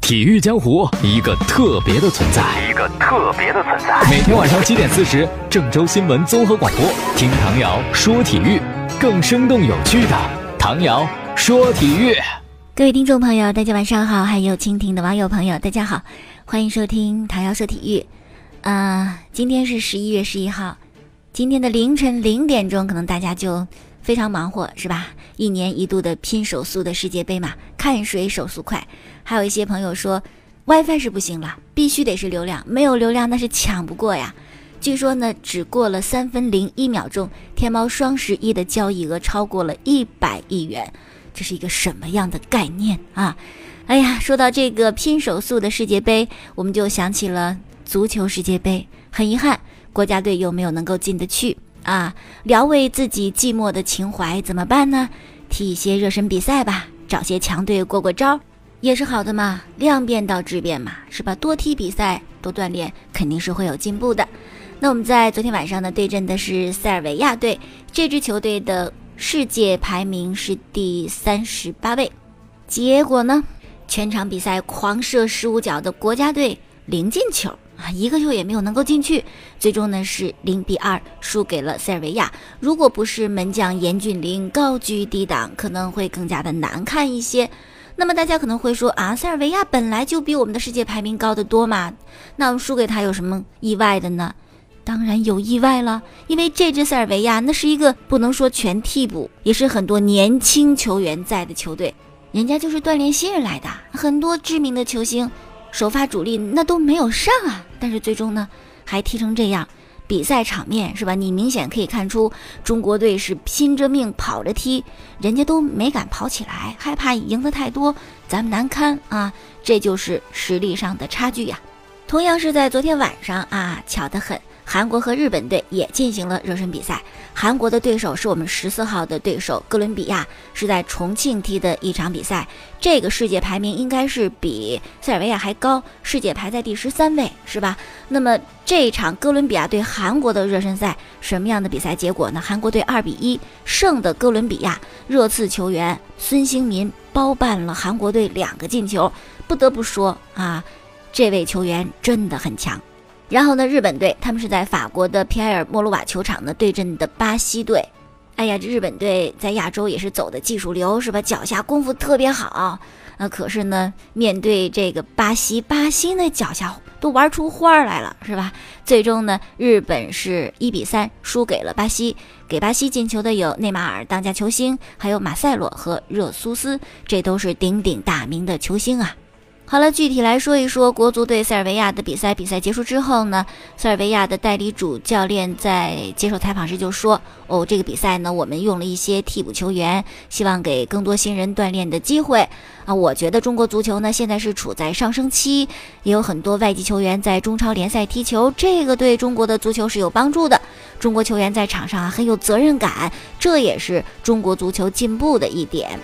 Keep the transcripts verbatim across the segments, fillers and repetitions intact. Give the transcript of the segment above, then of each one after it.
体育江湖，一个特别的存在， 一个特别的存在。 每天晚上七点四十，郑州新闻综合广播，听唐瑶说体育，更生动有趣的唐瑶说体育。 各位听众朋友，大家晚上好，还有蜻蜓的网友朋友，大家好，欢迎收听唐瑶说体育。呃，今天是十一月十一号，今天的凌晨零点钟，可能大家就非常忙活，是吧？一年一度的拼手速的世界杯嘛，看谁手速快。还有一些朋友说 WiFi 是不行了，必须得是流量，没有流量那是抢不过呀。据说呢，只过了三分零一秒钟，天猫双十一的交易额超过了一百亿元，这是一个什么样的概念啊？哎呀，说到这个拼手速的世界杯，我们就想起了足球世界杯，很遗憾，国家队又没有能够进得去啊。聊慰自己寂寞的情怀怎么办呢？踢一些热身比赛吧，找些强队过过招也是好的嘛，量变到质变嘛，是吧？多踢比赛，多锻炼，肯定是会有进步的。那我们在昨天晚上呢，对阵的是塞尔维亚队，这支球队的世界排名是第三十八位。结果呢，全场比赛狂射十五脚的国家队零进球啊，一个球也没有能够进去，最终呢是零比二输给了塞尔维亚。如果不是门将严俊凌高居低挡，可能会更加的难看一些。那么大家可能会说啊，塞尔维亚本来就比我们的世界排名高得多嘛，那我们输给他有什么意外的呢？当然有意外了，因为这支塞尔维亚那是一个不能说全替补，也是很多年轻球员在的球队，人家就是锻炼新人来的，很多知名的球星首发主力那都没有上啊，但是最终呢还踢成这样。比赛场面是吧，你明显可以看出中国队是拼着命跑着踢，人家都没敢跑起来，害怕赢得太多咱们难堪啊，这就是实力上的差距呀。同样是在昨天晚上啊，巧得很，韩国和日本队也进行了热身比赛。韩国的对手是我们十四号的对手哥伦比亚，是在重庆踢的一场比赛。这个世界排名应该是比塞尔维亚还高，世界排在第十三位，是吧？那么这一场哥伦比亚对韩国的热身赛，什么样的比赛结果呢？韩国队二比一胜的哥伦比亚，热刺球员孙兴民包办了韩国队两个进球。不得不说啊，这位球员真的很强。然后呢，日本队他们是在法国的皮埃尔莫鲁瓦球场呢对阵的巴西队。哎呀，这日本队在亚洲也是走的技术流，是吧？脚下功夫特别好。呃，可是呢，面对这个巴西，巴西那脚下都玩出花来了，是吧？最终呢，日本是一比三输给了巴西。给巴西进球的有内马尔当家球星，还有马塞洛和热苏斯，这都是鼎鼎大名的球星啊。好了，具体来说一说国足对塞尔维亚的比赛。比赛结束之后呢，塞尔维亚的代理主教练在接受采访时就说，哦，这个比赛呢，我们用了一些替补球员，希望给更多新人锻炼的机会啊。我觉得中国足球呢，现在是处在上升期，也有很多外籍球员在中超联赛踢球，这个对中国的足球是有帮助的。中国球员在场上啊很有责任感，这也是中国足球进步的一点。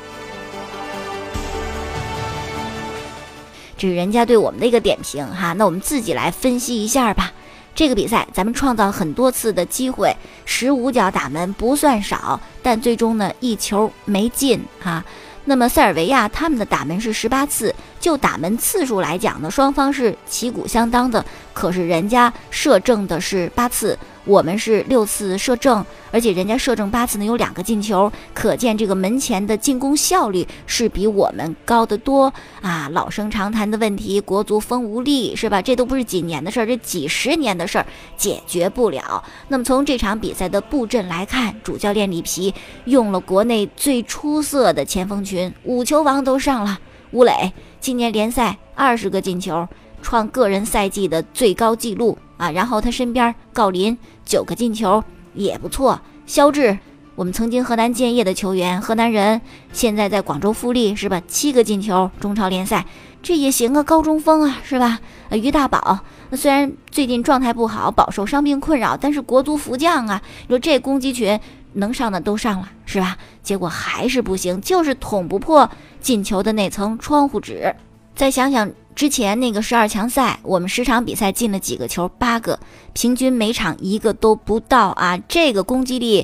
这是人家对我们的一个点评哈，那我们自己来分析一下吧。这个比赛咱们创造很多次的机会，十五脚打门不算少，但最终呢一球没进哈。那么塞尔维亚他们的打门是十八次，就打门次数来讲呢，双方是旗鼓相当的，可是人家射正的是八次，我们是六次射正，而且人家射正八次呢有两个进球，可见这个门前的进攻效率是比我们高得多啊！老生常谈的问题，国足锋无力是吧？这都不是几年的事儿，这几十年的事儿解决不了。那么从这场比赛的布阵来看，主教练里皮用了国内最出色的前锋群，五球王都上了。吴磊今年联赛二十个进球，创个人赛季的最高纪录啊！然后他身边郜林九个进球也不错。肖智，我们曾经河南建业的球员，河南人，现在在广州富力是吧？七个进球，中超联赛这也行啊，高中锋啊是吧？呃，于大宝虽然最近状态不好，饱受伤病困扰，但是国足福将啊，你说这攻击群能上的都上了是吧？结果还是不行，就是捅不破进球的那层窗户纸。再想想之前那个十二强赛，我们十场比赛进了几个球？八个，平均每场一个都不到啊！这个攻击力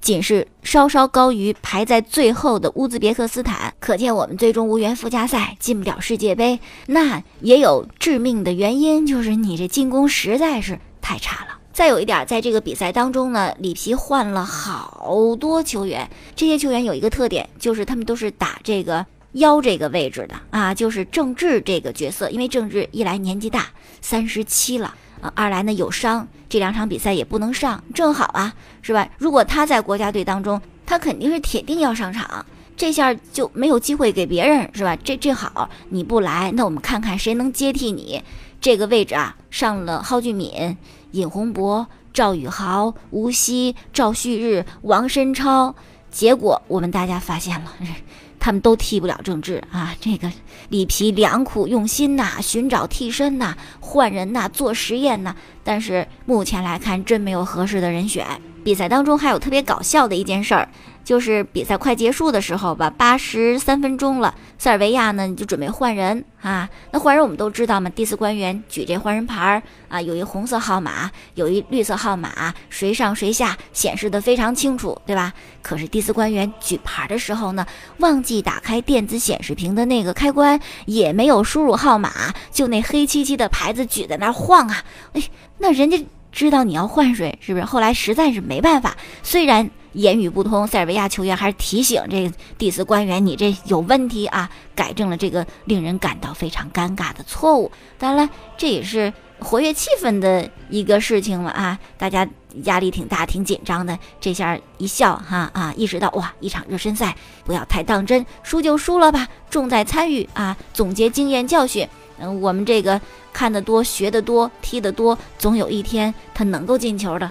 仅是稍稍高于排在最后的乌兹别克斯坦，可见我们最终无缘附加赛，进不了世界杯。那也有致命的原因，就是你这进攻实在是太差了。再有一点，在这个比赛当中呢，里皮换了好多球员，这些球员有一个特点，就是他们都是打这个腰这个位置的啊，就是郑智这个角色。因为郑智一来年纪大，三十七了啊，二来呢有伤，这两场比赛也不能上，正好啊，是吧？如果他在国家队当中，他肯定是铁定要上场，这下就没有机会给别人，是吧？这这好，你不来，那我们看看谁能接替你这个位置啊？上了蒿俊闵、尹洪博、赵宇豪、吴曦、赵旭日、王申超，结果我们大家发现了，他们都替不了郑智啊！这个里皮良苦用心呐、啊，寻找替身呐、啊，换人呐、啊，做实验呐、啊，但是目前来看，真没有合适的人选。比赛当中还有特别搞笑的一件事儿，就是比赛快结束的时候吧，八十三分钟了，塞尔维亚呢就准备换人啊。那换人我们都知道嘛，第四官员举这换人牌啊，有一红色号码，有一绿色号码，谁上谁下显示的非常清楚，对吧？可是第四官员举牌的时候呢，忘记打开电子显示屏的那个开关，也没有输入号码，就那黑漆漆的牌子举在那儿晃啊，哎，那人家知道你要换谁，是不是？后来实在是没办法，虽然言语不通，塞尔维亚球员还是提醒这个第四官员，你这有问题啊，改正了这个令人感到非常尴尬的错误。当然了，这也是活跃气氛的一个事情嘛啊，大家压力挺大，挺紧张的。这下一笑哈啊，意识到哇，一场热身赛不要太当真，输就输了吧，重在参与啊，总结经验教训。嗯，我们这个看得多，学得多，踢得多，总有一天他能够进球的。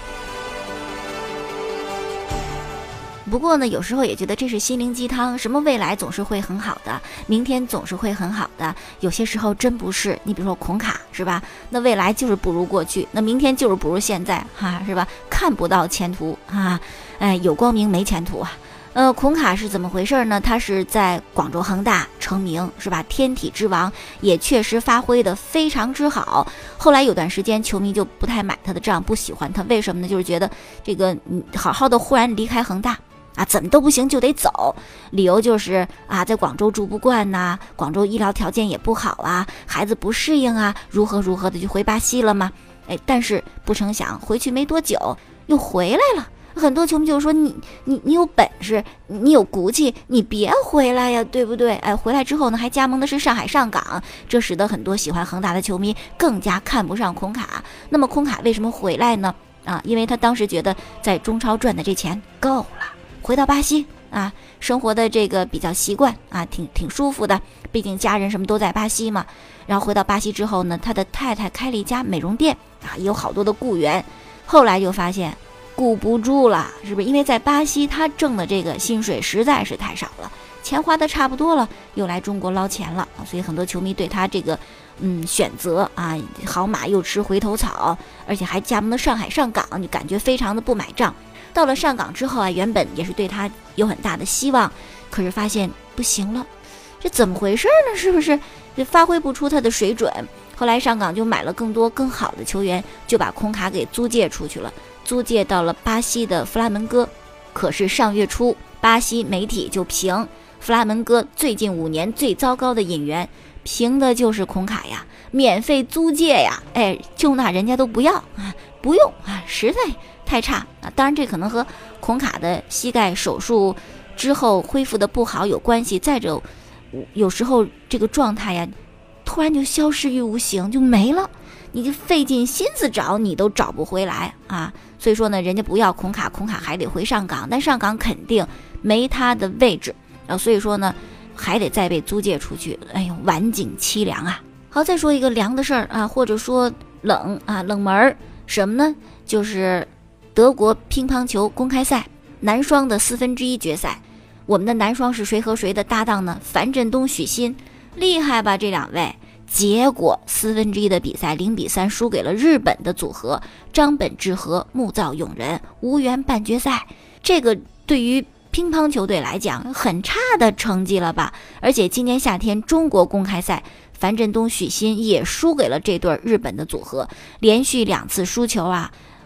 不过呢，有时候也觉得这是心灵鸡汤，什么未来总是会很好的，明天总是会很好的，有些时候真不是。你比如说孔卡，是吧？那未来就是不如过去，那明天就是不如现在，哈，是吧？看不到前途啊，哎，有光明没前途啊。呃，孔卡是怎么回事呢？他是在广州恒大成名，是吧？天体之王，也确实发挥的非常之好。后来有段时间，球迷就不太买他的账，不喜欢他，为什么呢？就是觉得这个嗯，好好的忽然离开恒大啊，怎么都不行就得走，理由就是啊，在广州住不惯呐、啊，广州医疗条件也不好啊，孩子不适应啊，如何如何的就回巴西了嘛。哎，但是不成想回去没多久又回来了。很多球迷就说你你你有本事，你有骨气，你别回来呀，对不对？哎，回来之后呢，还加盟的是上海上港，这使得很多喜欢恒大的球迷更加看不上孔卡。那么孔卡为什么回来呢？啊，因为他当时觉得在中超赚的这钱够了，回到巴西啊，生活的这个比较习惯啊，挺挺舒服的，毕竟家人什么都在巴西嘛。然后回到巴西之后呢，他的太太开了一家美容店啊，也有好多的雇员。后来就发现顾不住了，是不是？因为在巴西他挣的这个薪水实在是太少了，钱花的差不多了，又来中国捞钱了，所以很多球迷对他这个嗯选择啊，好马又吃回头草，而且还加盟了上海上港，就感觉非常的不买账。到了上港之后啊，原本也是对他有很大的希望，可是发现不行了，这怎么回事呢？是不是这发挥不出他的水准？后来上港就买了更多更好的球员，就把孔卡给租借出去了，租借到了巴西的弗拉门戈。可是上月初，巴西媒体就评弗拉门戈最近五年最糟糕的引援，评的就是孔卡呀，免费租借呀，哎，就那人家都不要啊，不用啊，实在太差啊。当然这可能和孔卡的膝盖手术之后恢复的不好有关系，再者有时候这个状态呀突然就消失于无形，就没了，你就费尽心思找你都找不回来啊。所以说呢，人家不要孔卡，孔卡还得回上港，但上港肯定没他的位置啊，所以说呢还得再被租借出去。哎呦，晚景凄凉啊。好，再说一个凉的事儿啊，或者说冷啊冷门儿什么呢？就是德国乒乓球公开赛男双的四分之一决赛，我们的男双是谁和谁的搭档呢？樊振东、许昕，厉害吧这两位？结果四分之一的比赛零比三输给了日本的组合张本智和木造勇人，无缘半决赛。这个对于乒乓球队来讲很差的成绩了吧？而且今年夏天中国公开赛，樊振东、许昕也输给了这对日本的组合，连续两次输球啊，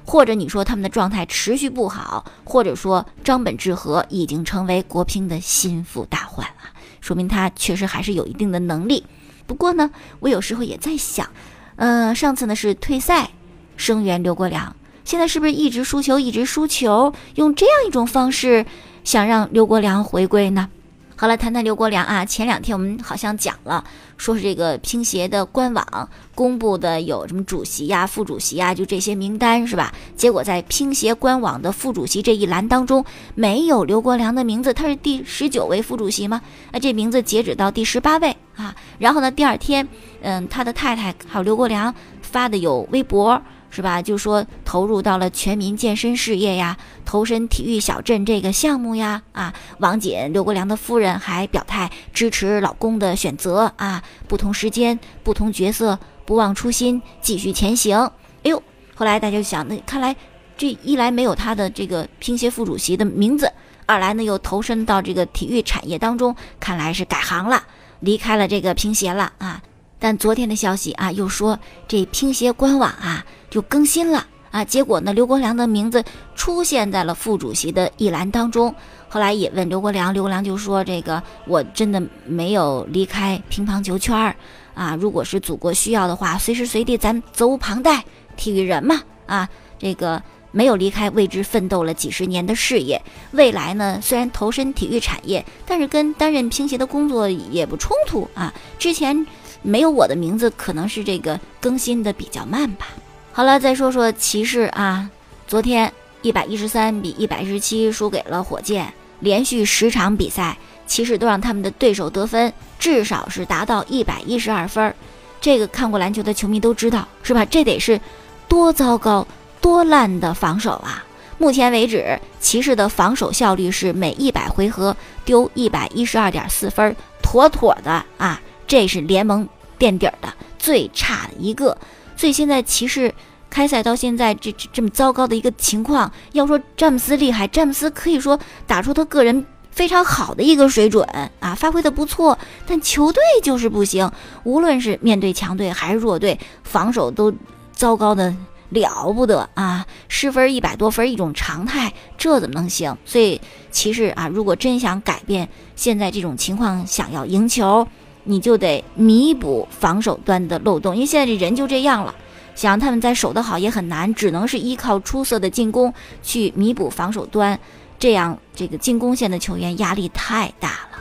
或者你说他们的状态持续不好，或者说张本智和已经成为国乒的心腹大患了，说明他确实还是有一定的能力。不过呢，我有时候也在想，呃，上次呢是退赛声援刘国梁，现在是不是一直输球一直输球，用这样一种方式想让刘国梁回归呢？好了，谈谈刘国梁啊，前两天我们好像讲了，说是这个乒协的官网公布的有什么主席呀、副主席呀，就这些名单是吧？结果在乒协官网的副主席这一栏当中没有刘国梁的名字，他是第十九位副主席吗？啊，这名字截止到第十八位啊。然后呢，第二天，嗯，他的太太还有刘国梁发的有微博。是吧？就说投入到了全民健身事业呀，投身体育小镇这个项目呀，啊，王锦刘国梁的夫人还表态支持老公的选择啊，不同时间、不同角色，不忘初心，继续前行。哎呦，后来大家就想，那看来这一来没有他的这个乒协副主席的名字，二来呢又投身到这个体育产业当中，看来是改行了，离开了这个乒协了啊。但昨天的消息啊，又说这乒协官网啊就更新了啊，结果呢，刘国梁的名字出现在了副主席的一栏当中。后来也问刘国梁，刘国梁就说：“这个我真的没有离开乒乓球圈啊，如果是祖国需要的话，随时随地咱责无旁贷，体育人嘛啊，这个没有离开为之奋斗了几十年的事业。未来呢，虽然投身体育产业，但是跟担任乒协的工作也不冲突啊。之前没有我的名字，可能是这个更新的比较慢吧。”好了，再说说骑士啊，昨天一百一十三比一百一十七输给了火箭，连续十场比赛，骑士都让他们的对手得分至少是达到一百一十二分。这个看过篮球的球迷都知道，是吧？这得是多糟糕、多烂的防守啊！目前为止，骑士的防守效率是每一百回合丢一百一十二点四分，妥妥的啊！这是联盟垫底的最差的一个。所以现在骑士开赛到现在这这这么糟糕的一个情况，要说詹姆斯厉害，詹姆斯可以说打出他个人非常好的一个水准啊，发挥的不错，但球队就是不行，无论是面对强队还是弱队，防守都糟糕的了不得啊，失分一百多分一种常态，这怎么能行？所以骑士啊，如果真想改变现在这种情况，想要赢球，你就得弥补防守端的漏洞，因为现在这人就这样了，想让他们再守得好也很难，只能是依靠出色的进攻去弥补防守端，这样这个进攻线的球员压力太大了。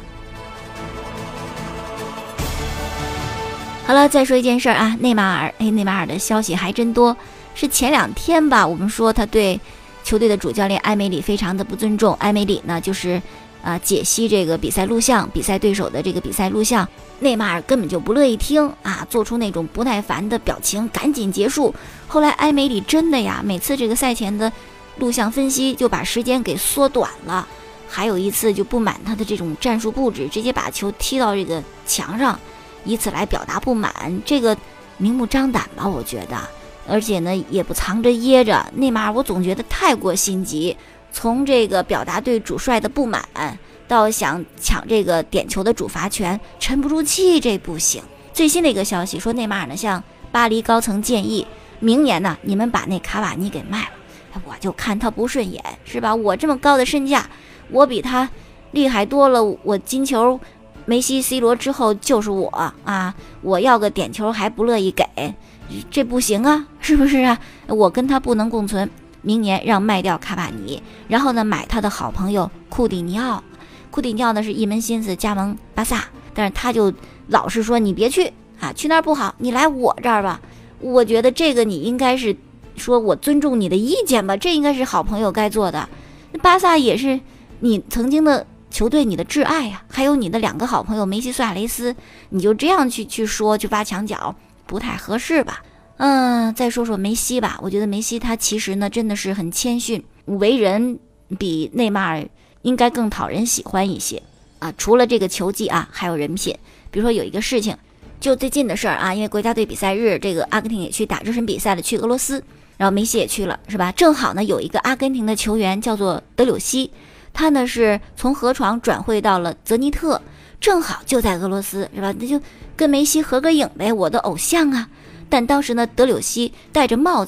好了，再说一件事啊，内马尔，哎，内马尔的消息还真多，是前两天吧，我们说他对球队的主教练埃梅里非常的不尊重，埃梅里呢就是啊，解析这个比赛录像，比赛对手的这个比赛录像，内马尔根本就不乐意听啊，做出那种不耐烦的表情，赶紧结束。后来埃梅里真的呀，每次这个赛前的录像分析就把时间给缩短了，还有一次就不满他的这种战术布置，直接把球踢到这个墙上，以此来表达不满，这个明目张胆吧，我觉得，而且呢也不藏着掖着。内马尔我总觉得太过心急。从这个表达对主帅的不满，到想抢这个点球的主罚权，沉不住气，这不行。最新的一个消息说，内马尔呢向巴黎高层建议，明年呢你们把那卡瓦尼给卖了，我就看他不顺眼，是吧？我这么高的身价，我比他厉害多了，我金球梅西 C 罗之后就是我啊，我要个点球还不乐意给，这不行啊，是不是啊？我跟他不能共存。明年让卖掉卡瓦尼，然后呢买他的好朋友库蒂尼奥。库蒂尼奥呢是一门心思加盟巴萨，但是他就老是说你别去啊，去那儿不好，你来我这儿吧。我觉得这个你应该是说我尊重你的意见吧，这应该是好朋友该做的。巴萨也是你曾经的球队，你的挚爱呀、啊，还有你的两个好朋友梅西、苏亚雷斯，你就这样去去说去挖墙脚，不太合适吧？嗯，再说说梅西吧，我觉得梅西他其实呢真的是很谦逊，为人比内马尔应该更讨人喜欢一些啊。除了这个球技啊，还有人品。比如说有一个事情，就最近的事儿啊，因为国家队比赛日，这个阿根廷也去打热身比赛了，去俄罗斯，然后梅西也去了，是吧？正好呢有一个阿根廷的球员叫做德柳西，他呢是从河床转会到了泽尼特，正好就在俄罗斯，是吧？那就跟梅西合个影呗，我的偶像啊。但当时呢，德柳西戴着帽子，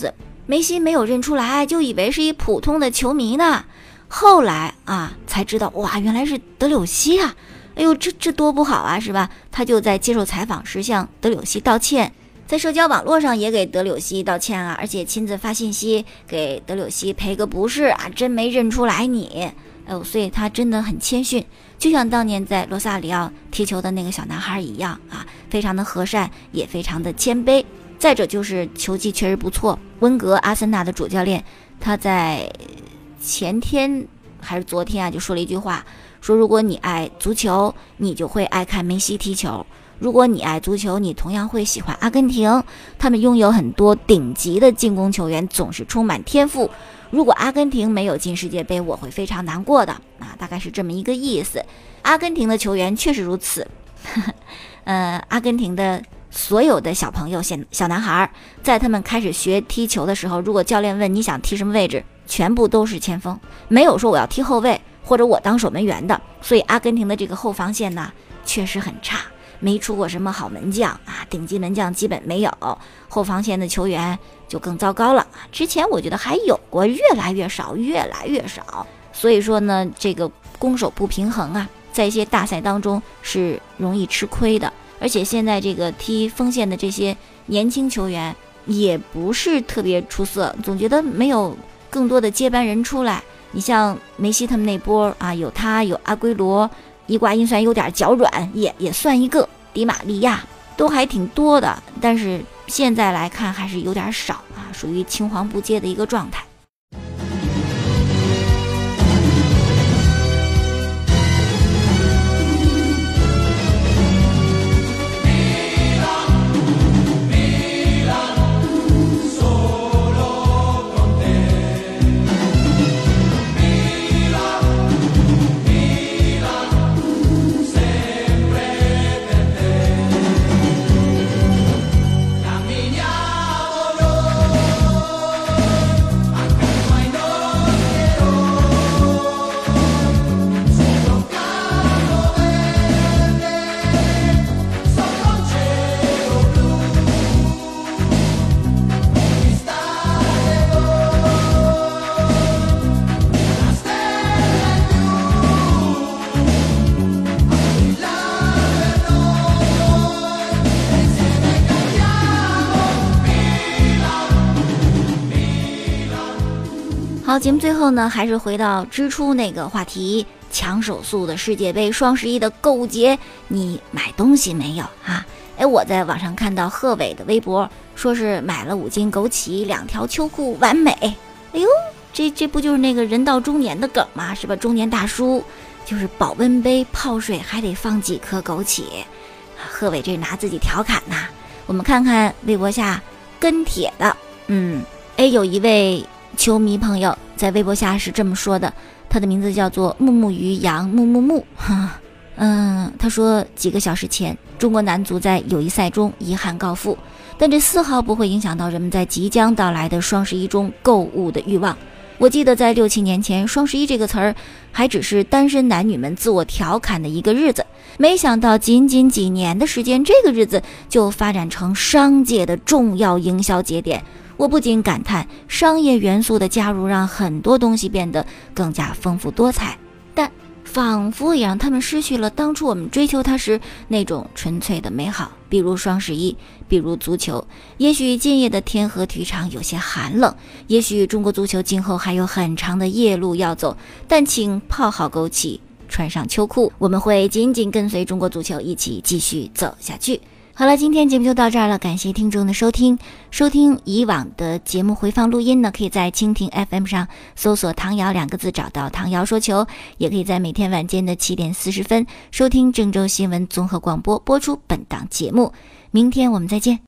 梅西没有认出来，就以为是一普通的球迷呢。后来啊，才知道哇，原来是德柳西啊！哎呦，这这多不好啊，是吧？他就在接受采访时向德柳西道歉，在社交网络上也给德柳西道歉啊，而且亲自发信息给德柳西赔个不是啊，真没认出来你。哎呦，所以他真的很谦逊，就像当年在罗萨里奥踢球的那个小男孩一样啊，非常的和善，也非常的谦卑。再者就是球技确实不错，温格阿森纳的主教练他在前天还是昨天啊就说了一句话，说如果你爱足球，你就会爱看梅西踢球。如果你爱足球，你同样会喜欢阿根廷，他们拥有很多顶级的进攻球员，总是充满天赋。如果阿根廷没有进世界杯，我会非常难过的啊，大概是这么一个意思。阿根廷的球员确实如此，呃，阿根廷的所有的小朋友、小小男孩，在他们开始学踢球的时候，如果教练问你想踢什么位置，全部都是前锋，没有说我要踢后卫或者我当守门员的。所以阿根廷的这个后防线呢，确实很差。没出过什么好门将啊，顶级门将基本没有，后防线的球员就更糟糕了。之前我觉得还有过，越来越少，越来越少。所以说呢，这个攻守不平衡啊，在一些大赛当中是容易吃亏的。而且现在这个踢锋线的这些年轻球员也不是特别出色，总觉得没有更多的接班人出来。你像梅西他们那波啊，有他，有阿圭罗。伊瓜因算有点脚软，也也算一个，迪玛利亚都还挺多的，但是现在来看还是有点少啊，属于青黄不接的一个状态。好，节目最后呢，还是回到之初那个话题，抢手速的世界杯双十一的购物节，你买东西没有啊？哎，我在网上看到贺伟的微博，说是买了五斤枸杞，两条秋裤，完美。哎呦，这这不就是那个人到中年的梗吗？是吧？中年大叔就是保温杯泡水还得放几颗枸杞，贺伟这拿自己调侃呐、啊。我们看看微博下跟帖的，嗯，哎，有一位球迷朋友在微博下是这么说的，他的名字叫做木木鱼羊木木木，嗯，他说几个小时前，中国男足在友谊赛中遗憾告负，但这丝毫不会影响到人们在即将到来的双十一中购物的欲望。我记得在六七年前，双十一这个词儿还只是单身男女们自我调侃的一个日子，没想到仅仅几年的时间，这个日子就发展成商界的重要营销节点。我不禁感叹，商业元素的加入让很多东西变得更加丰富多彩，但仿佛也让他们失去了当初我们追求它时那种纯粹的美好。比如双十一，比如足球。也许今夜的天河体育场有些寒冷，也许中国足球今后还有很长的夜路要走，但请泡好枸杞，穿上秋裤，我们会紧紧跟随中国足球一起继续走下去。好了，今天节目就到这儿了，感谢听众的收听。收听以往的节目回放录音呢，可以在蜻蜓 F M 上搜索唐瑶两个字，找到唐瑶说球，也可以在每天晚间的七点四十分收听郑州新闻综合广播播出本档节目。明天我们再见。